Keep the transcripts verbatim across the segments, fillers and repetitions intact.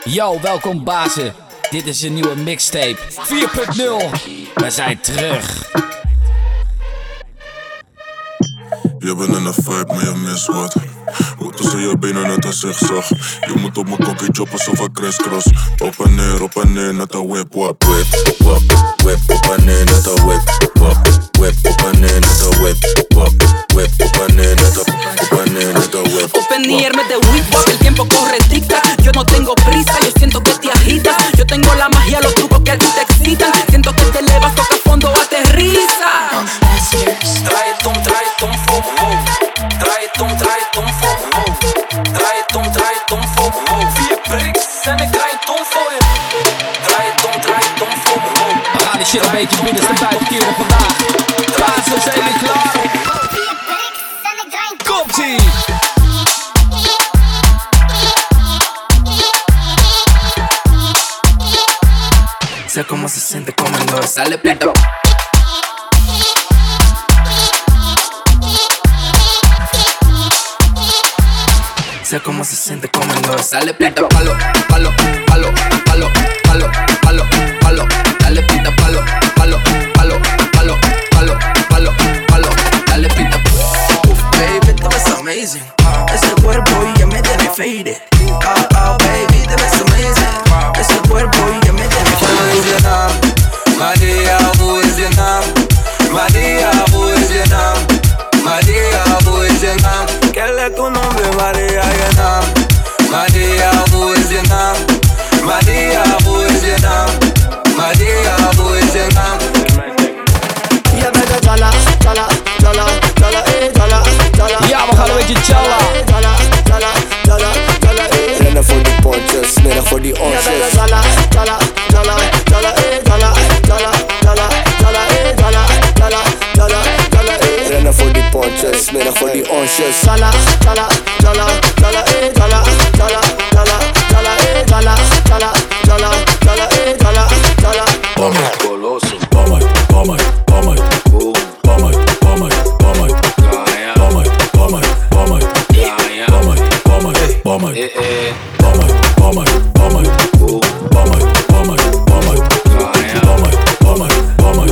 Yo, welkom bazen. Dit is een nieuwe mixtape vier punt nul. We zijn terug. Je bent in een vibe, maar je mist wat. Moet tussen je benen net als zigzag. Je moet op mijn kokkie choppen alsof ik crisscross. Op en neer, op en neer, net een whip, wap. Whip, wap, whip, op en neer, net een whip, wap. Whip, op en neer, net een whip, wap. Whip, op en neer, net een, op en neer, net een whip. Op en neer met de whip, wap. El tiempo corre dicta. Yo no tengo prisa, yo siento que te agitas. Yo tengo la magia, los trucos que a ti te excitan. Siento que te elevas, toca fondo, aterriza. Draai het om, draai het om voor me, wow. Draai het om, draai het om voor me, wow. Draai het om, draai het om voor me, wow. Vier bricks en ik draai het om voor je. Draai het om, draai het om voor me, wow. We gaan die shit een beetje binnenste keren vandaag. Bazen, zijn jullie klaar? Komt-ie! Sé cómo se siente comiendo, sale pito. Sé cómo se siente comiendo, sale pito. Palo, palo, palo, palo, palo, palo, palo. Dale pita, palo, palo, palo, palo, palo, palo, palo. Dale pita. Uf, baby, tú ves amazing. Ese cuerpo ya me tiene faded. Ah, ah, baby, te ves amazing. Ese cuerpo ya me tiene faded. Maria, hoe is je naam? Maria, hoe is je naam? Maria, hoe is je naam? ¿Qué es tu nombre, Maria, je naam? Maria, hoe is je naam? Maria, hoe is je naam? Maria, hoe is je naam? Je bent een jalla, jalla, jalla, jalla, eh, jalla, jalla. Ja, we gaan een beetje jalla. Jalla, jalla, jalla, jalla, eh. Rennen voor die pontjes, middag voor die Je bent een onsjes. jalla, jalla, jalla, jalla, eh, jalla, jalla, jalla, jalla, eh, jalla, jalla, jalla, jalla, eh. Rennen voor die pontjes, middag voor die onsjes. Jalla, jalla, jalla, jalla, eh, jalla, jalla, jalla, jalla, eh, jalla, jalla, jalla, jalla, eh, jalla, jalla. Bamai, goloso. Bamai, bamai, bamai. Bamai, bamai, bamai. Bamai, bamai, bamai. Bamai, bamai, bamai. Bamai, bamai, bamai. Bamai, bamai, bamai. Bamai, bamai, bamai.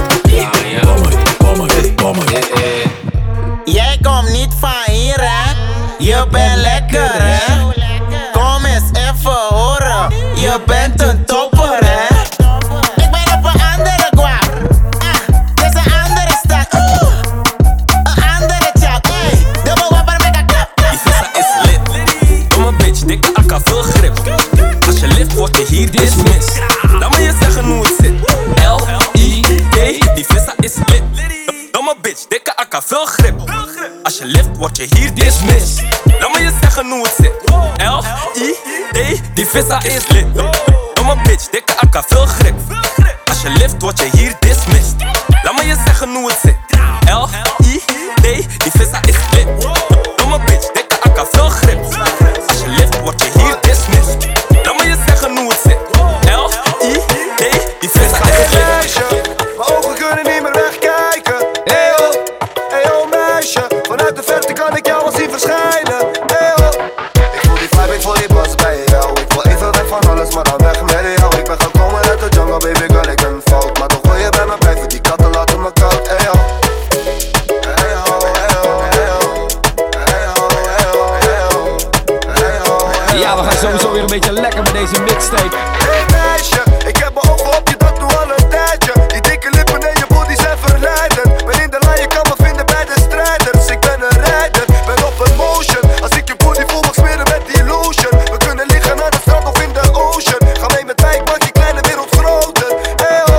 Bamai, bamai, bamai. Jij komt niet van hier, hè? Je bent lekker, hè? Kom eens even horen. Je bent een topper, hè? Ik ben op een andere kwak. Ah, dit is een andere stad. Oeh, een andere chak. Hey, dubbel wapper met een klap. Die vissa is lit. Domme bitch, dikke akka, veel grip. Als je lift, word je hier dismissed. Laat me je zeggen hoe het zit. L I D, die vissa is lit. Domme bitch, dikke akka, veel grip. Als je lift, word je hier dismissed. Laat me je zeggen hoe het zit. L I D, die vissa is lit. Domme bitch, dikke akka, veel grip. Als je lift, word je hier dismissed. Laat me je zeggen hoe het zit. L I D, die vissa is lit. Domme bitch, dikke akka, veel grip. Als je lift, word je hier dismissed. Laat me je zeggen hoe het zit. L I D, die vissa is lit. Mijn ogen kunnen niet meer wegkijken. Hey ho, hey ho meisje. Vanuit de verte kan ik jou al zien verschijnen. Hey ho, ik voel die vibe, ik voel die buzz bij jou. Ik wil even weg van alles, maar dan weg met jou. Ik ben gekomen uit de jungle, baby girl, ik ben fout. Maar toch wil je bij me blijven, die katten laten me koud. Hey ho, hey ho, hey ho, hey ho. Hey ho, hey ho, hey ho. Hey ho, hey ho. Ja, we gaan sowieso weer een beetje lekker met deze mixtape. Hey meisje, ik heb mijn ogen op je, dat nu al een tijdje. Die dikke lippen en je body zijn verleidend. Ben in de lijn, je kan me vinden bij de strijders. Ik ben een rijder, ben op een motion. Als ik je body voel, mag smeren met die lotion. We kunnen liggen aan de strand of in de ocean. Ga mee met mij, ik maak je kleine wereld groter. Hey ho.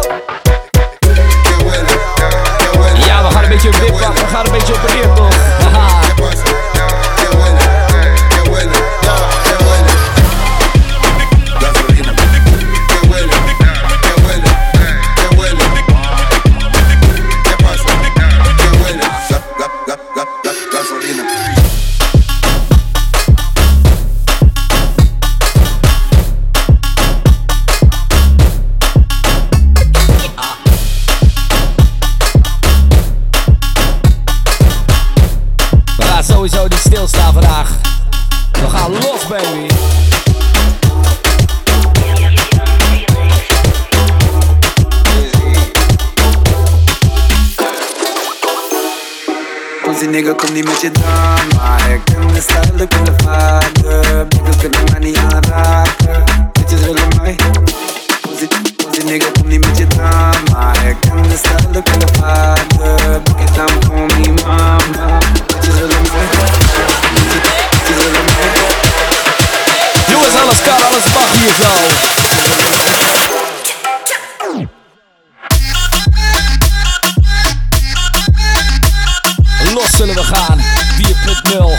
Ja, we gaan een beetje wippen, we gaan een beetje op en neer, toch? Haha. Get nigga komt niet met je drama. Ik ken de stijl, ik ben de vader. Niggas kunnen mij niet aanraken. Bitches willen mij. Pussy, pussy nigga komt niet met je drama. Ik ken de stijl, ik ben de vader. Break it down for me mama. Bitches willen mij. Bitches willen mij. Jongens, alles kan, alles mag hier zo. Los zullen we gaan, vier punt nul.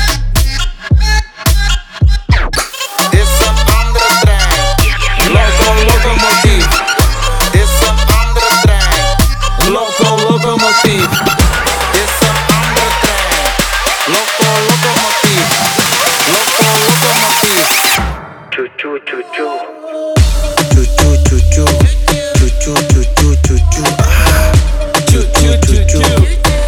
Dit is een andere trein. Loco, locomotief. Dit is een andere trein. Loco, locomotief. Dit is een andere trein. Loco, locomotief. Loco, locomotief. Choo choo choo choo. Choo choo choo choo. Choo choo choo choo choo choo. Choo choo choo choo. Choo choo choo choo choo.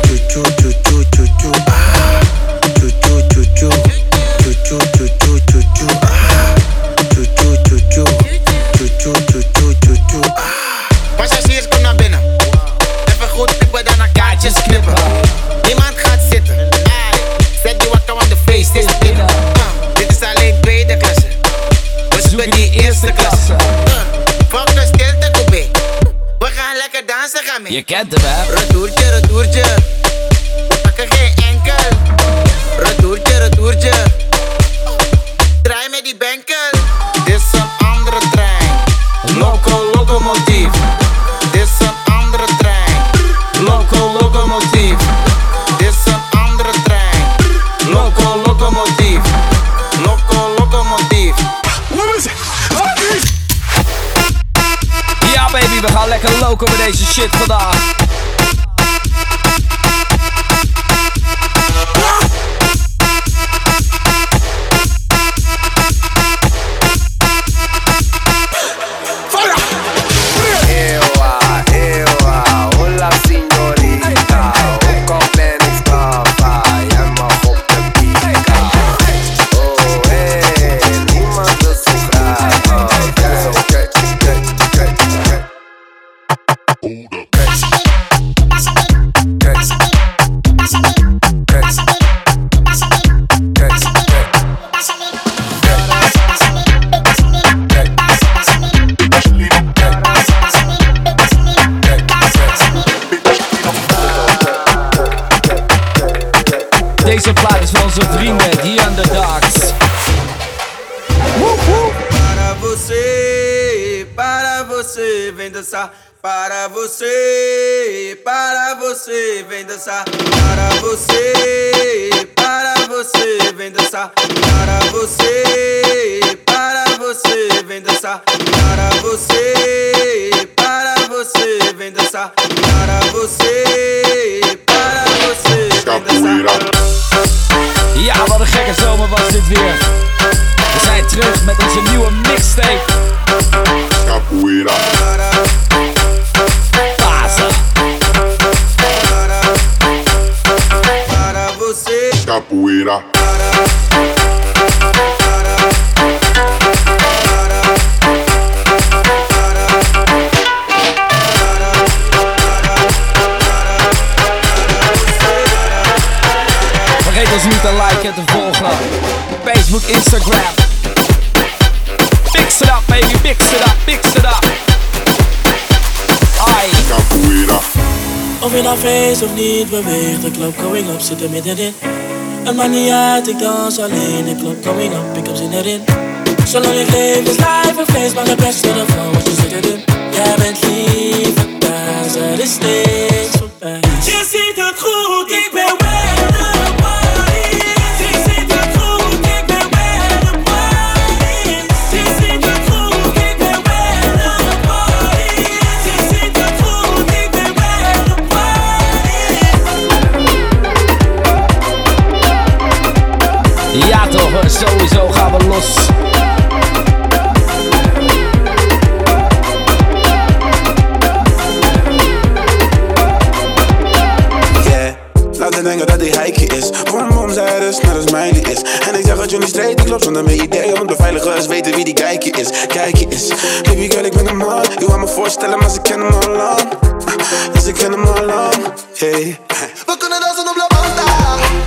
Passagiers, kom naar binnen. Even goed typen, dan naar kaartjes knippen. Niemand gaat zitten. Ai, zet die wakker, want de feest is binnen. Uh, dit is alleen tweede klasse. We zoeken die eerste klasse. Uh, Fuck de stilte, Kobe. We gaan lekker dansen, gaan mee. Je kent hem, hè? Retourtje, retourtje. We pakken geen enkel. Retourtje, retourtje. Draai met die benkel. Dit is een andere trein. Loco, locomotief. Dit is een andere trein. Loco, locomotief. Dit is een andere trein. Loco, locomotief. Loco, locomotief. Ja baby, we gaan lekker loco met deze shit vandaag. Deze plaat is van onze vrienden, die Underdogs. Para você, para você, vem dançar. Para você, para você, vem dançar. Para você, para você, vem dançar. Para você, para você, vem dançar. Para você, para você, vem dançar. Para você, para você, vem dançar. Ja, wat een gekke zomer was dit weer. We zijn terug met onze nieuwe mixtape. Capoeira. Pasen. Para você. Capoeira. Vergeet ons niet te liken en te volgen. Facebook, Instagram. Mix it up baby, mix it up, mix it up. Ai. Capoeira. Of je nou feest of niet beweegt, de club going up zit er middenin. Het maakt niet uit, ik dans alleen, de club going up, ik heb zin erin. Zolang je leeft is live een feest, maar de beste ervan, want je zit erin. Jij bent lief en thuis, er is niks voorbij. Je ziet het goed, ik ben weg de party. Je ziet het goed, ik ben weg de party. Je ziet het goed, ik ben weg de party. Je ziet het goed, ik ben weg de party. Ja toch, sowieso gaan we los. Laten denken dat hij heikje is. Voor mijn mom zei dus, maar dat is mijn die is. En ik zeg dat jullie straight, ik loop zonder mijn ideeën. Want beveiligers weten wie die kijkje is. Kijkje is, baby girl ik ben een man. Je wou me voorstellen, maar ze kennen me al lang. Ja, ze kennen me al lang, hey. We kunnen dansen op La Banda.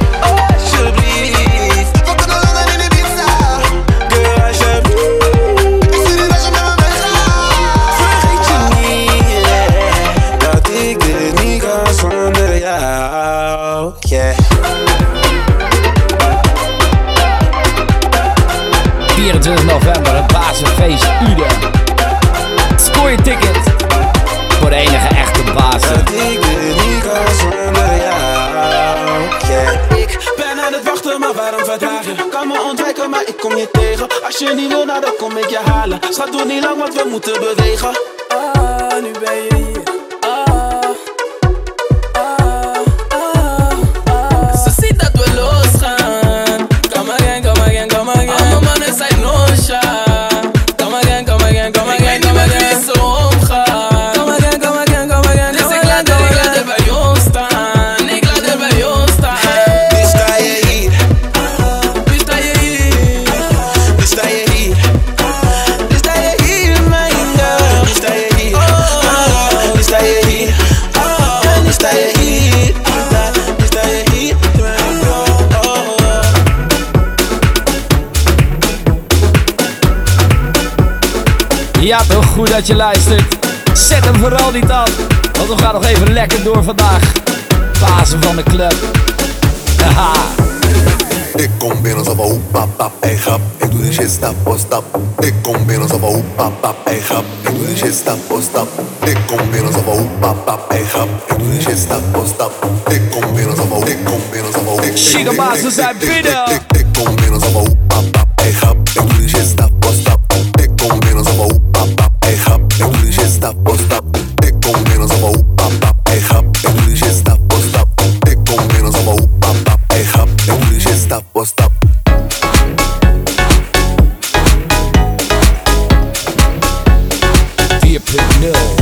Bazenfeest Uden. Scoor je ticket voor de enige echte bazen. Ik dit niet kan zonder jou. Yeah. Ik ben aan het wachten, maar waarom verdraag je? Kan me ontwijken, maar ik kom je tegen. Als je niet wil, nou dan kom ik je halen. Schat, doe niet lang, want we moeten bewegen. Ah, nu ben je hier. Ah, ah, ah, ah. Ze ziet dat we losgaan. Come again, come again, come again. Alle mannen zijn no-shot. Come again, come again, come again, come again. Ik weet niet wie zo omgaat. Come again, come again, come again. Dus ik laat er, ik laat er bij ons staan. Ik laat er bij ons staan. Nu sta je hier. Nu sta je hier. Nu sta je hier. Nu sta je hier, mijn girl. Nu sta je hier. Nu sta je hier. Nu sta je hier. Nu sta je hier, mijn girl. Ja, toch goed dat je luistert. Zet hem vooral niet aan, want we gaan nog even lekker door vandaag. Bazen van de club. Haha. Ik kom binnen alsof een hoep, pap, pap, ey grap. Ik doe die shit stap voor stap. Ik kom binnen alsof een hoep, pap, pap, ey grap. Ik doe die shit stap voor stap. Ik kom binnen alsof een hoep, pap, pap, ey grap. Ik doe die shit stap voor stap. Ik kom binnen alsof een, ik kom binnen alsof een, ik Gigabazen zijn binnen. Ik kom binnen alsof een hoep, pap, pap, ey grap. Ik doe die shit stap voor stap. Ik kom binnen alsof een hoep, pap, pap, ey grap. Ik doe die shit stap voor stap. Ik kom binnen alsof een hoep, pap, pap, ey grap. Ik doe die shit stap voor stap. Ik kom binnen alsof een hoep, pap, pap, ey grap. Ik doe die shit stap voor stap. vier punt nul.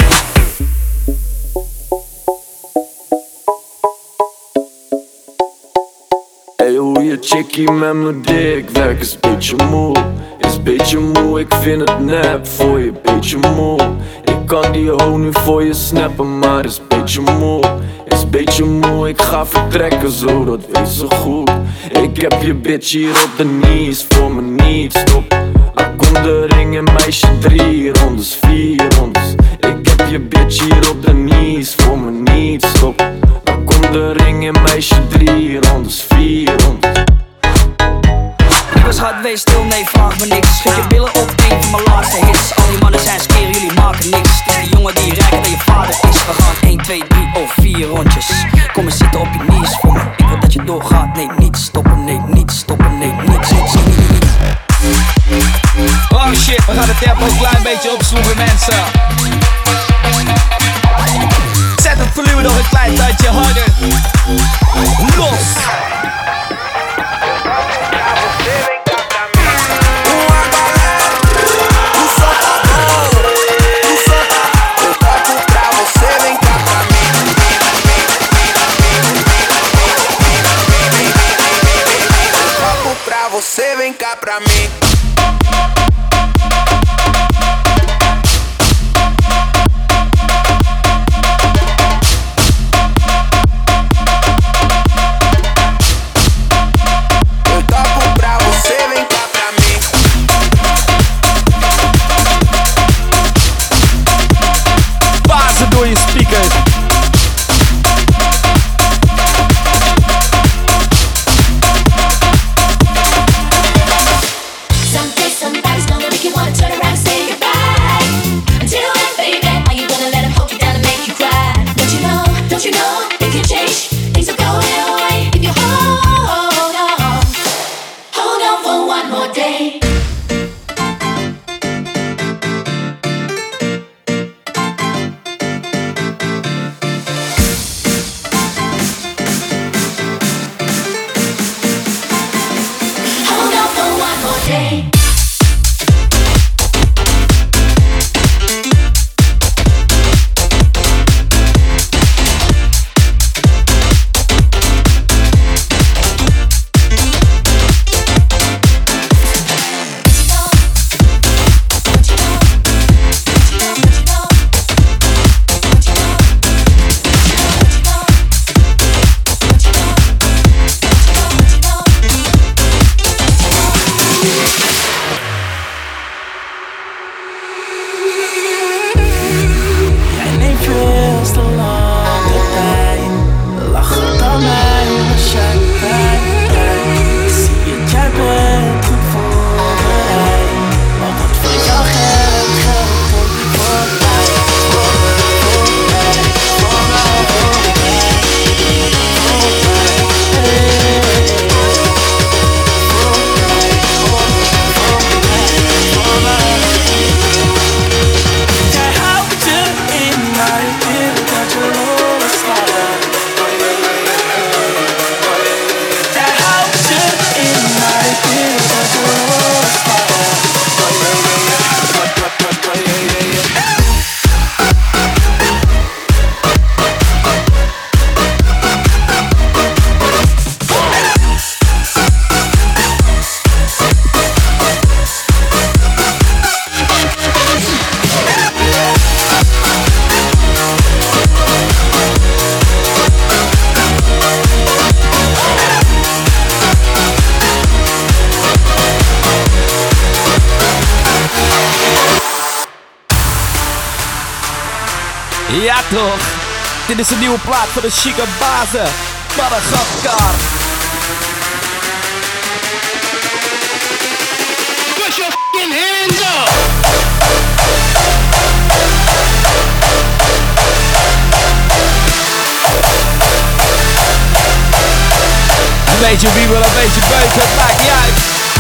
Hey, hoe je chickie met me dik werkt is beetje moe. Is beetje moe, ik vind het nep voor je, beetje moe. Ik kan die hoe nu voor je snappen, maar is beetje moe. Is beetje moe, ik ga vertrekken zo, dat weet ze goed. Ik heb je bitch hier op de knees, voor me niet stop. Dan komt de ring en meisje drie rondes, vier rondes. Ik heb je bitch hier op de knees, voor me niet stop. Dan komt de ring en meisje drie rondes, vier rondes. Lieve schat, wees stil, nee vraag me niks. Schud je billen op, een van mijn laatste hits. Al die mannen zijn skeren, jullie maken niks. Het is die jongen die rijker dan je vader is. We gaan één, twee, drie of vier rondjes. Kom eens zitten op je knees voor me. Ik wil dat je doorgaat, nee niet stoppen, nee niet stoppen, nee niet, niet, niet, niet, niet. Oh shit, we gaan het tempo een klein beetje opschroeven, mensen. Zet het volume nog een klein tandje harder. Los! Você vem cá pra mim. Eu toco pra você, vem cá pra mim. Bazen door je speakers. Somebody's gonna make you wanna turn around and say goodbye. Until then, baby, are you gonna let him hold you down and make you cry? Don't you know, don't you know, it can change. Things are going away if you hold on. Hold on for one more day. Hold on for one more day. Ja toch, dit is een nieuwe plaat van de Chica Bazen, Madagaskar. Put your f***ing hands up! Een beetje wiebel, een beetje beuken, het maakt niet uit.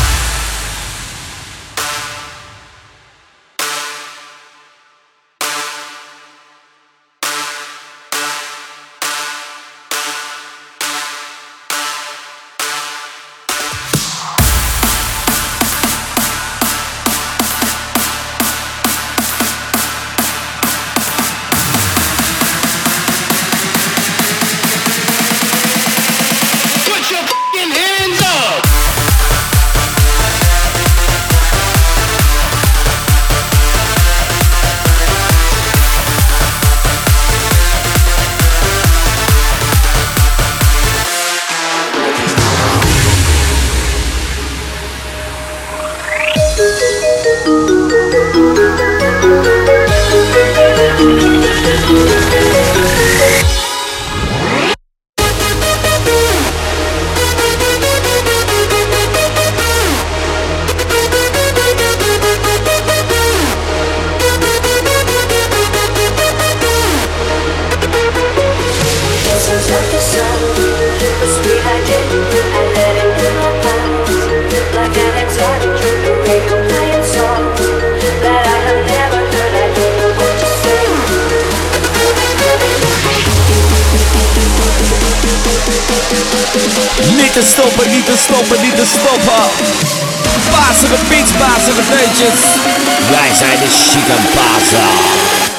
Niet te stoppen, niet te stoppen, niet te stoppen. Bazige beats, bazige neutjes. Wij zijn de Chica Bazen.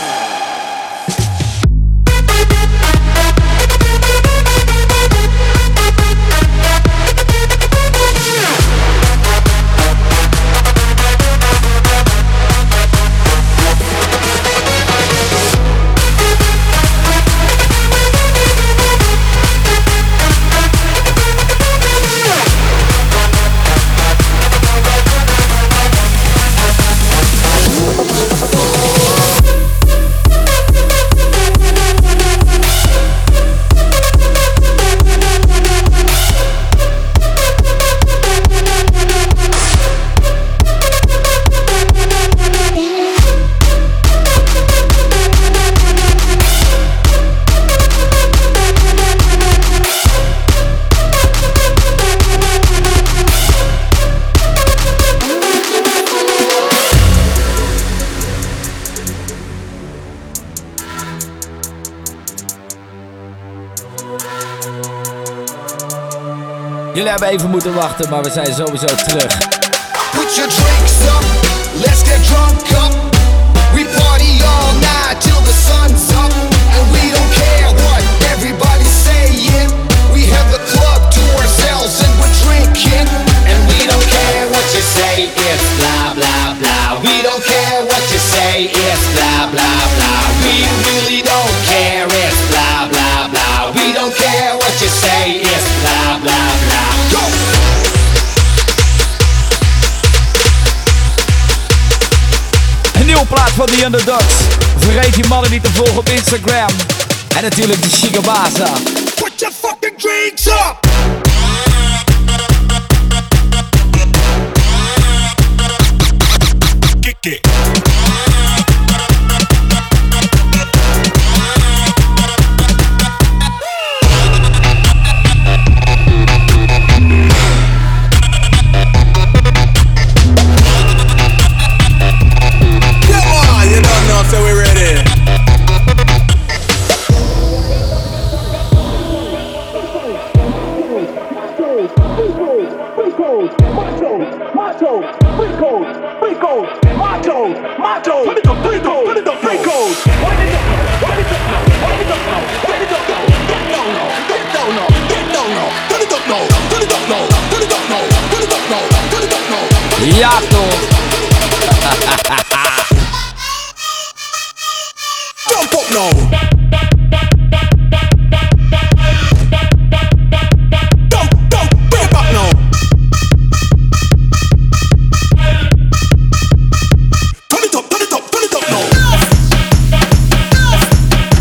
Jullie hebben even moeten wachten, maar we zijn sowieso terug. Put your drinks up, let's get drunk up. We party all night till the sun's up. And we don't care what everybody's saying. We have the club to ourselves and we're drinking. And we don't care what you say, it's blah blah blah. We don't care what you say, it's blah blah blah. We really don't care, it's blah blah blah. We don't care what you say, it's blah blah blah. Go! Een nieuwe plaat van The Underdogs. Vergeet die mannen niet te volgen op Instagram. En natuurlijk de Chica Bazen. Put your fucking drinks up! Kick it. So we're ready. Ja toch. Jump up now. Jump, jump, bring it back now. Turn it up, turn it up, turn it up now.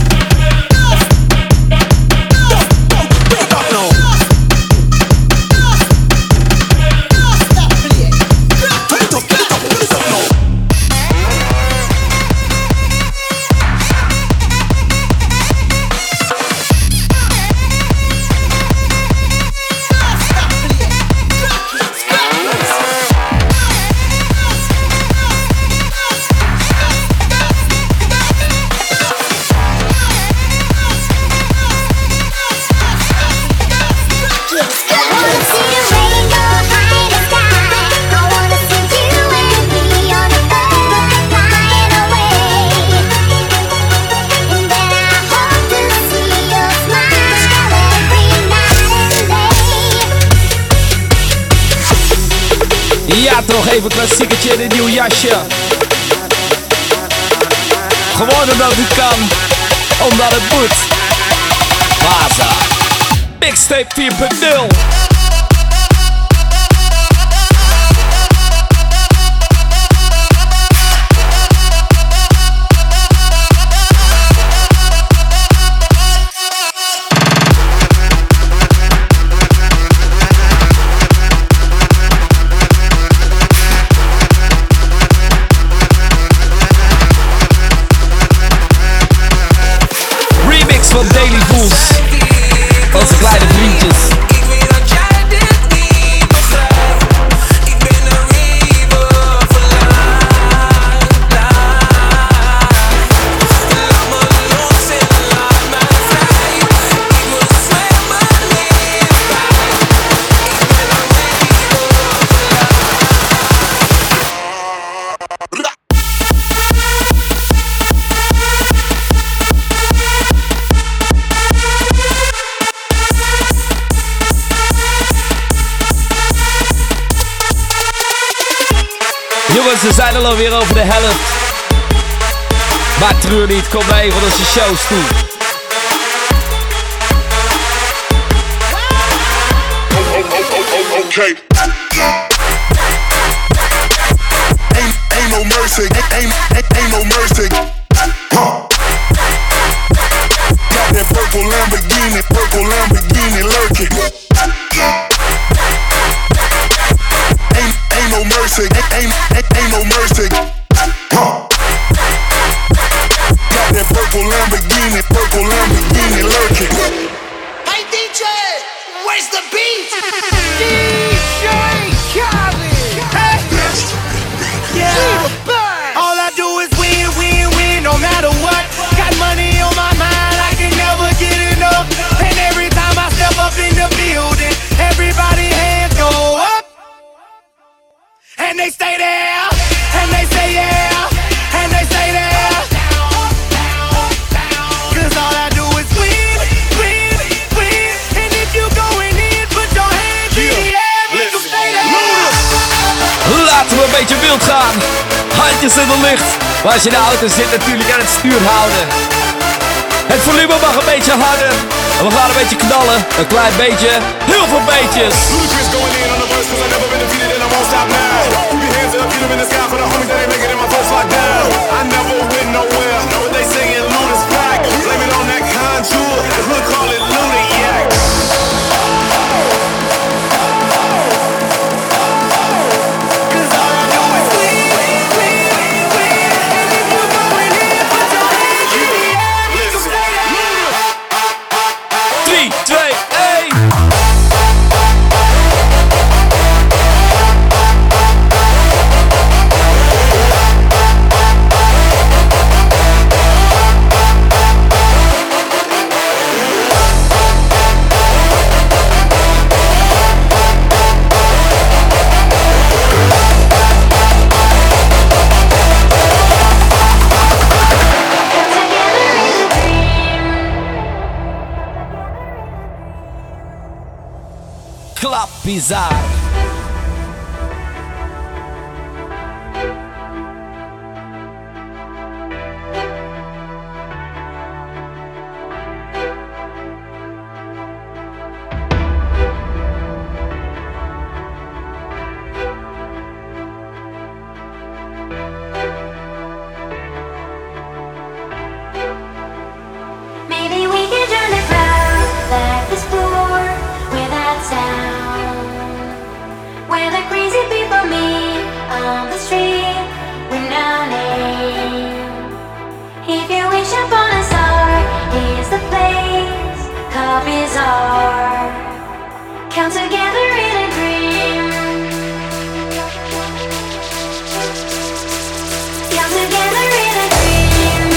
Later nog even een klassiekertje in een nieuw jasje. Gewoon omdat het kan, omdat het moet. Baza, Mixtape vier punt nul. Van Daily Fools, onze kleine vriendjes. Jongens, we zijn al alweer over de helft. Maar treur niet, kom naar een van onze shows toe. Okay. Ain't, ain't no mercy, ain't, ain't, ain't no mercy. Huh. Got that purple Lamborghini, purple Lamborghini lurking. Ain't, ain't no mercy, ain't, ain't, ain't no mercy. Huh. Got that purple Lamborghini, purple Lamborghini lurking. Hey D J, where's the beat? D J Khaled. Hey. Yeah. All I do is win, win, win, no matter what. Got money on my mind, I can never get enough. And every time I step up in the building, everybody hands go up. And they stay there, and they say yeah, and they say there. Cause all I do is win, win, win. And if you going in, put your hands in the air, make them stay there. Laten we een beetje wild gaan. Handjes in de lucht. Maar als je in de auto zit natuurlijk aan het stuur houden. Het volume mag een beetje harder. En we gaan een beetje knallen. Een klein beetje. Heel veel beetjes. Ludacris going in on the verse cause I never been defeated and I won't stop now. Keep your hands up, get them in the sky for the homies that ain't making it in my first lockdown. I never went nowhere. What they saying, Luda's back. Blame it on that contour. The hood call it Luda Yak. drie, twee, één. Klap bizar. Maybe we can turn it round like this floor without sound. Where the crazy people meet on the street with no name. If you wish upon a star, here's the place called Bizarre. Come together in a dream. Come together in a dream.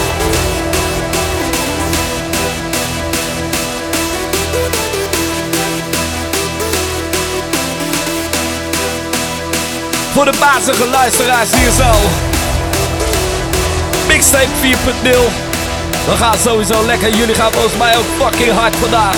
Voor de bazige luisteraars hier zo. Mixtape vier punt nul. We gaan sowieso lekker. Jullie gaan volgens mij ook fucking hard vandaag.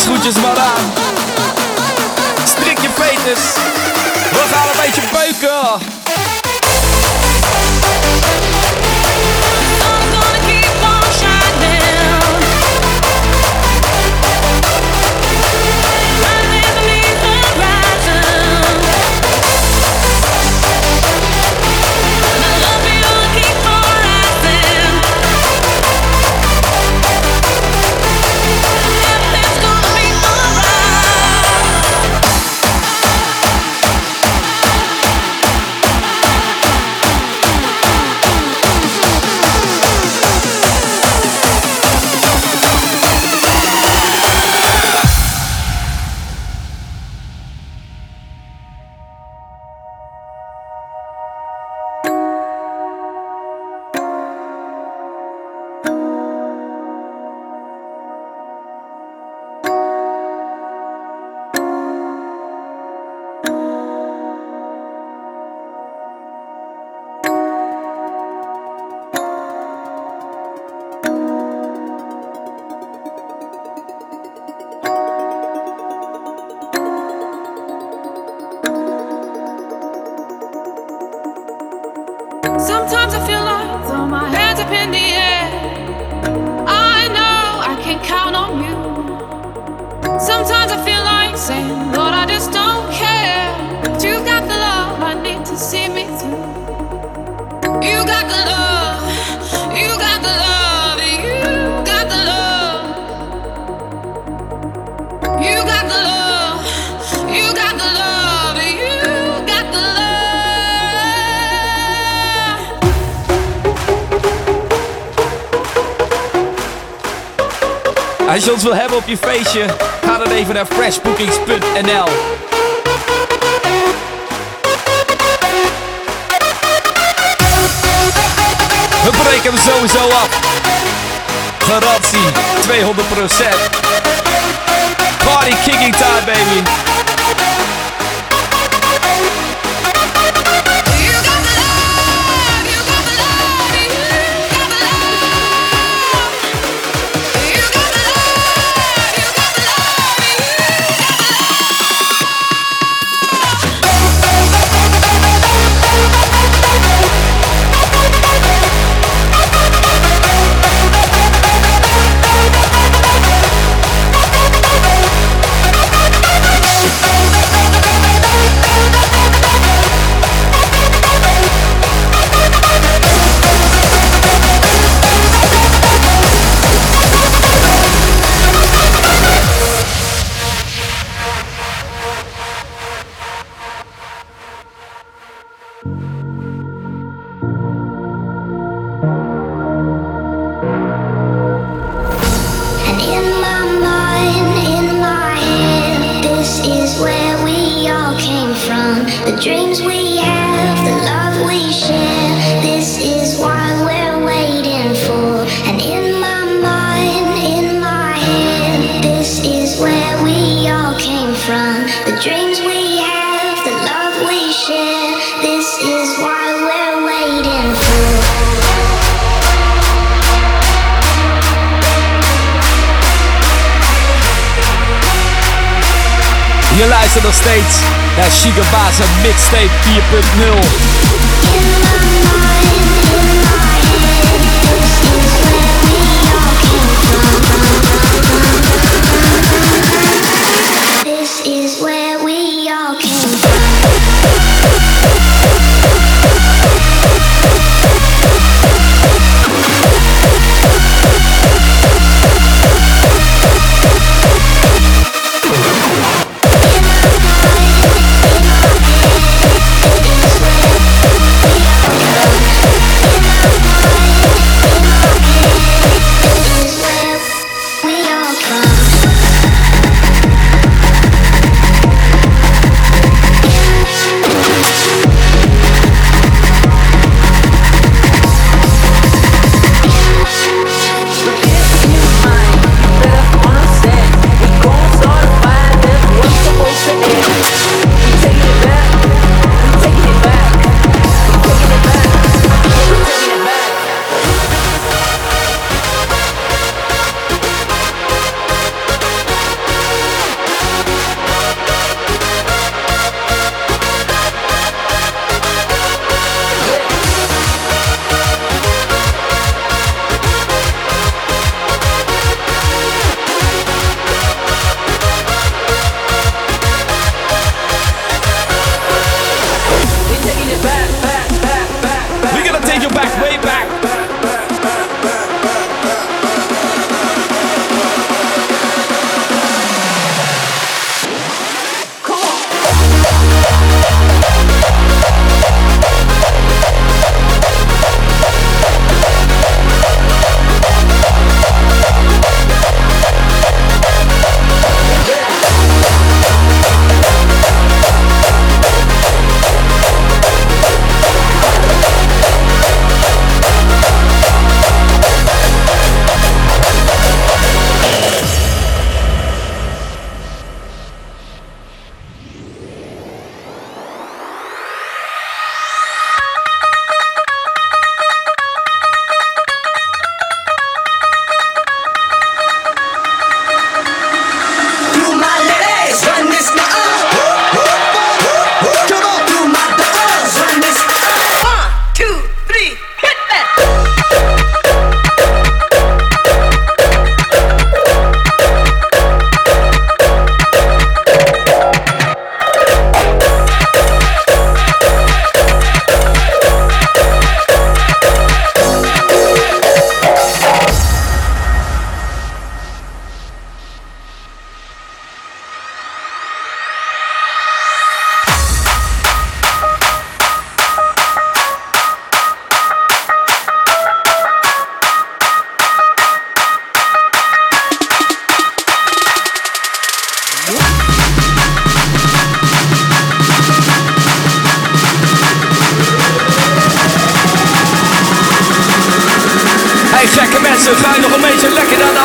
schoentjes maar aan. Strik je veters. We gaan een beetje beuken. Sometimes I feel like throw my hands up in the air. I know I can count on you. Sometimes I feel like saying, Lord, I just don't care. But you got the love I need to see me through. You got the love, you got the love, you got the love. You got the love, you got the love, you got the love. Als je ons wil hebben op je feestje, ga dan even naar freshbookings punt n l. We breken hem sowieso af. Garantie tweehonderd procent. Party kicking time, baby. Je luistert nog steeds naar Shigabaza Mixtape vier punt nul. This is where we all came from.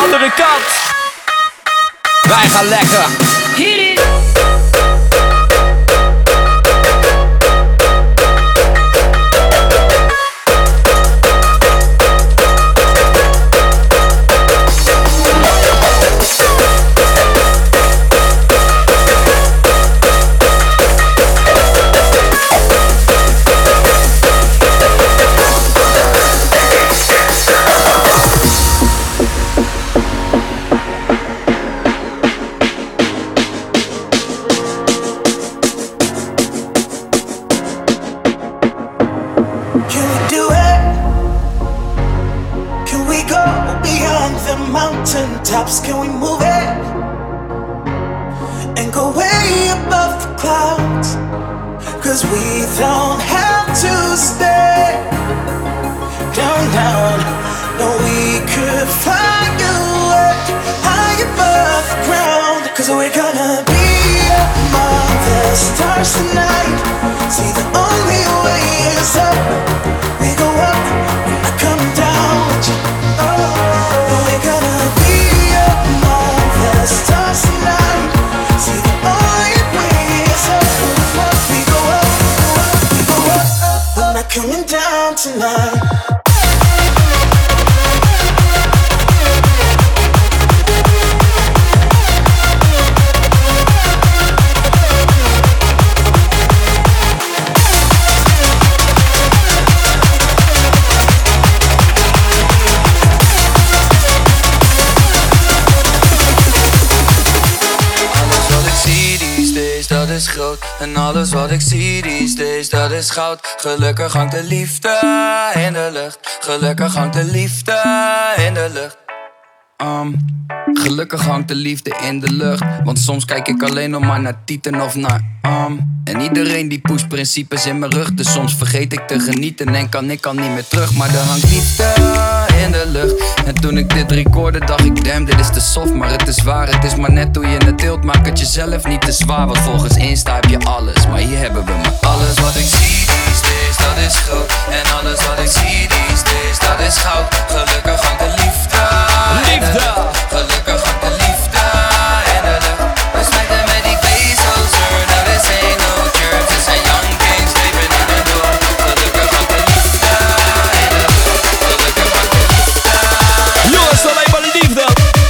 andere kant. Wij gaan lekker. Hit it. Tops, can we move it and go way above the clouds? Cause we don't have to stay down, down. No, we could fly away high above the ground. Cause we're gonna be among the stars tonight. See, the only way is up. We go up, we're not coming down with you. Oh, no, we're gonna be the stars tonight. See, the only way is up. We go up, we go up. We're not coming down tonight. Dat is groot. En alles wat ik zie these days, dat is goud. Gelukkig hangt de liefde in de lucht. Gelukkig hangt de liefde in de lucht. Um, gelukkig hangt de liefde in de lucht. Want soms kijk ik alleen nog maar naar tieten of naar um. En iedereen die pusht principes in mijn rug. Dus soms vergeet ik te genieten en kan ik al niet meer terug. Maar er hangt liefde in de lucht. En toen ik dit recorde dacht ik, damn, dit is te soft. Maar het is waar, het is maar net hoe je het deelt. Maak het jezelf niet te zwaar, want volgens Insta heb je alles. Maar hier hebben we maar alles wat ik zie these days, dat is groot. En alles wat ik zie these days, dat is goud. Gelukkig hangt de liefde. Liefde! Gelukkig hangt de liefde in de lucht. We smijten met die bezels, er, dat is ain't no church. Het zijn young kings, leven in de door. Gelukkig hangt de liefde in de lucht. Gelukkig hangt de liefde. Jongens, alleen maar de liefde.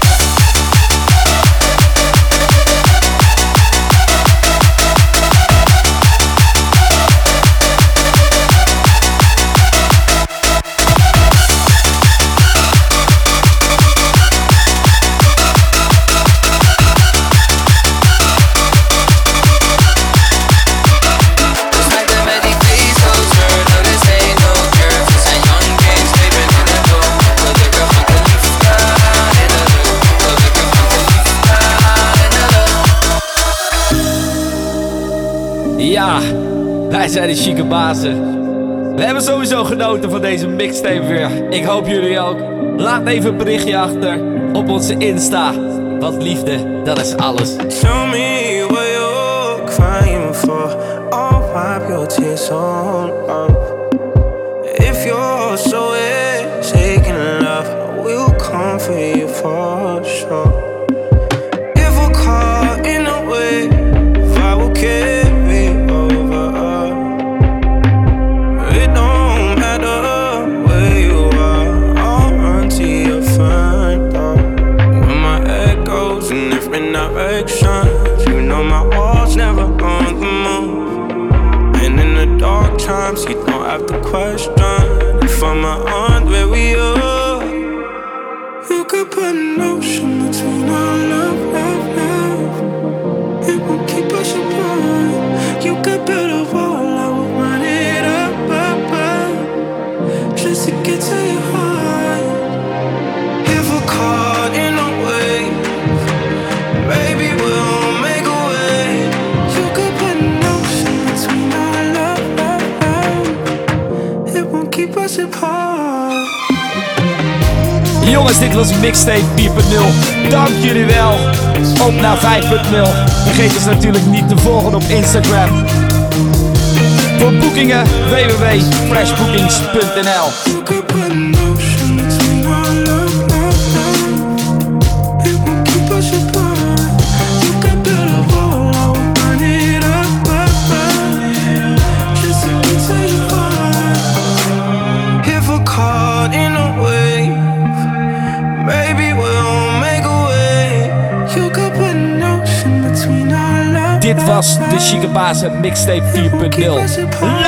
Ja, wij zijn de chique bazen. We hebben sowieso genoten van deze mixtape weer. Ik hoop jullie ook. Laat even een berichtje achter op onze Insta. Want liefde, dat is alles. Show me what you're crying for. I'll wipe your tears all up. If you're so taking love, I will come for you for sure. If we're caught in a way, if I will care. You know my walls never on the move. And in the dark times you don't have to question if I'm on where we are. You could put an ocean between our love, love, love. It won't keep us apart. You could build a wall, I will run it up, up, up, just to get to your heart. If we're caught in a wave, baby, we'll make a way. You could put an ocean between our love, love, love. It won't keep us apart. Jongens, dit was Mixtape vier punt nul. Dank jullie wel. Op naar vijf punt nul. Vergeet ons natuurlijk niet te volgen op Instagram. Voor boekingen w w w punt freshbookings punt n l. Dit was de Chique Bazen Mixtape vier punt nul.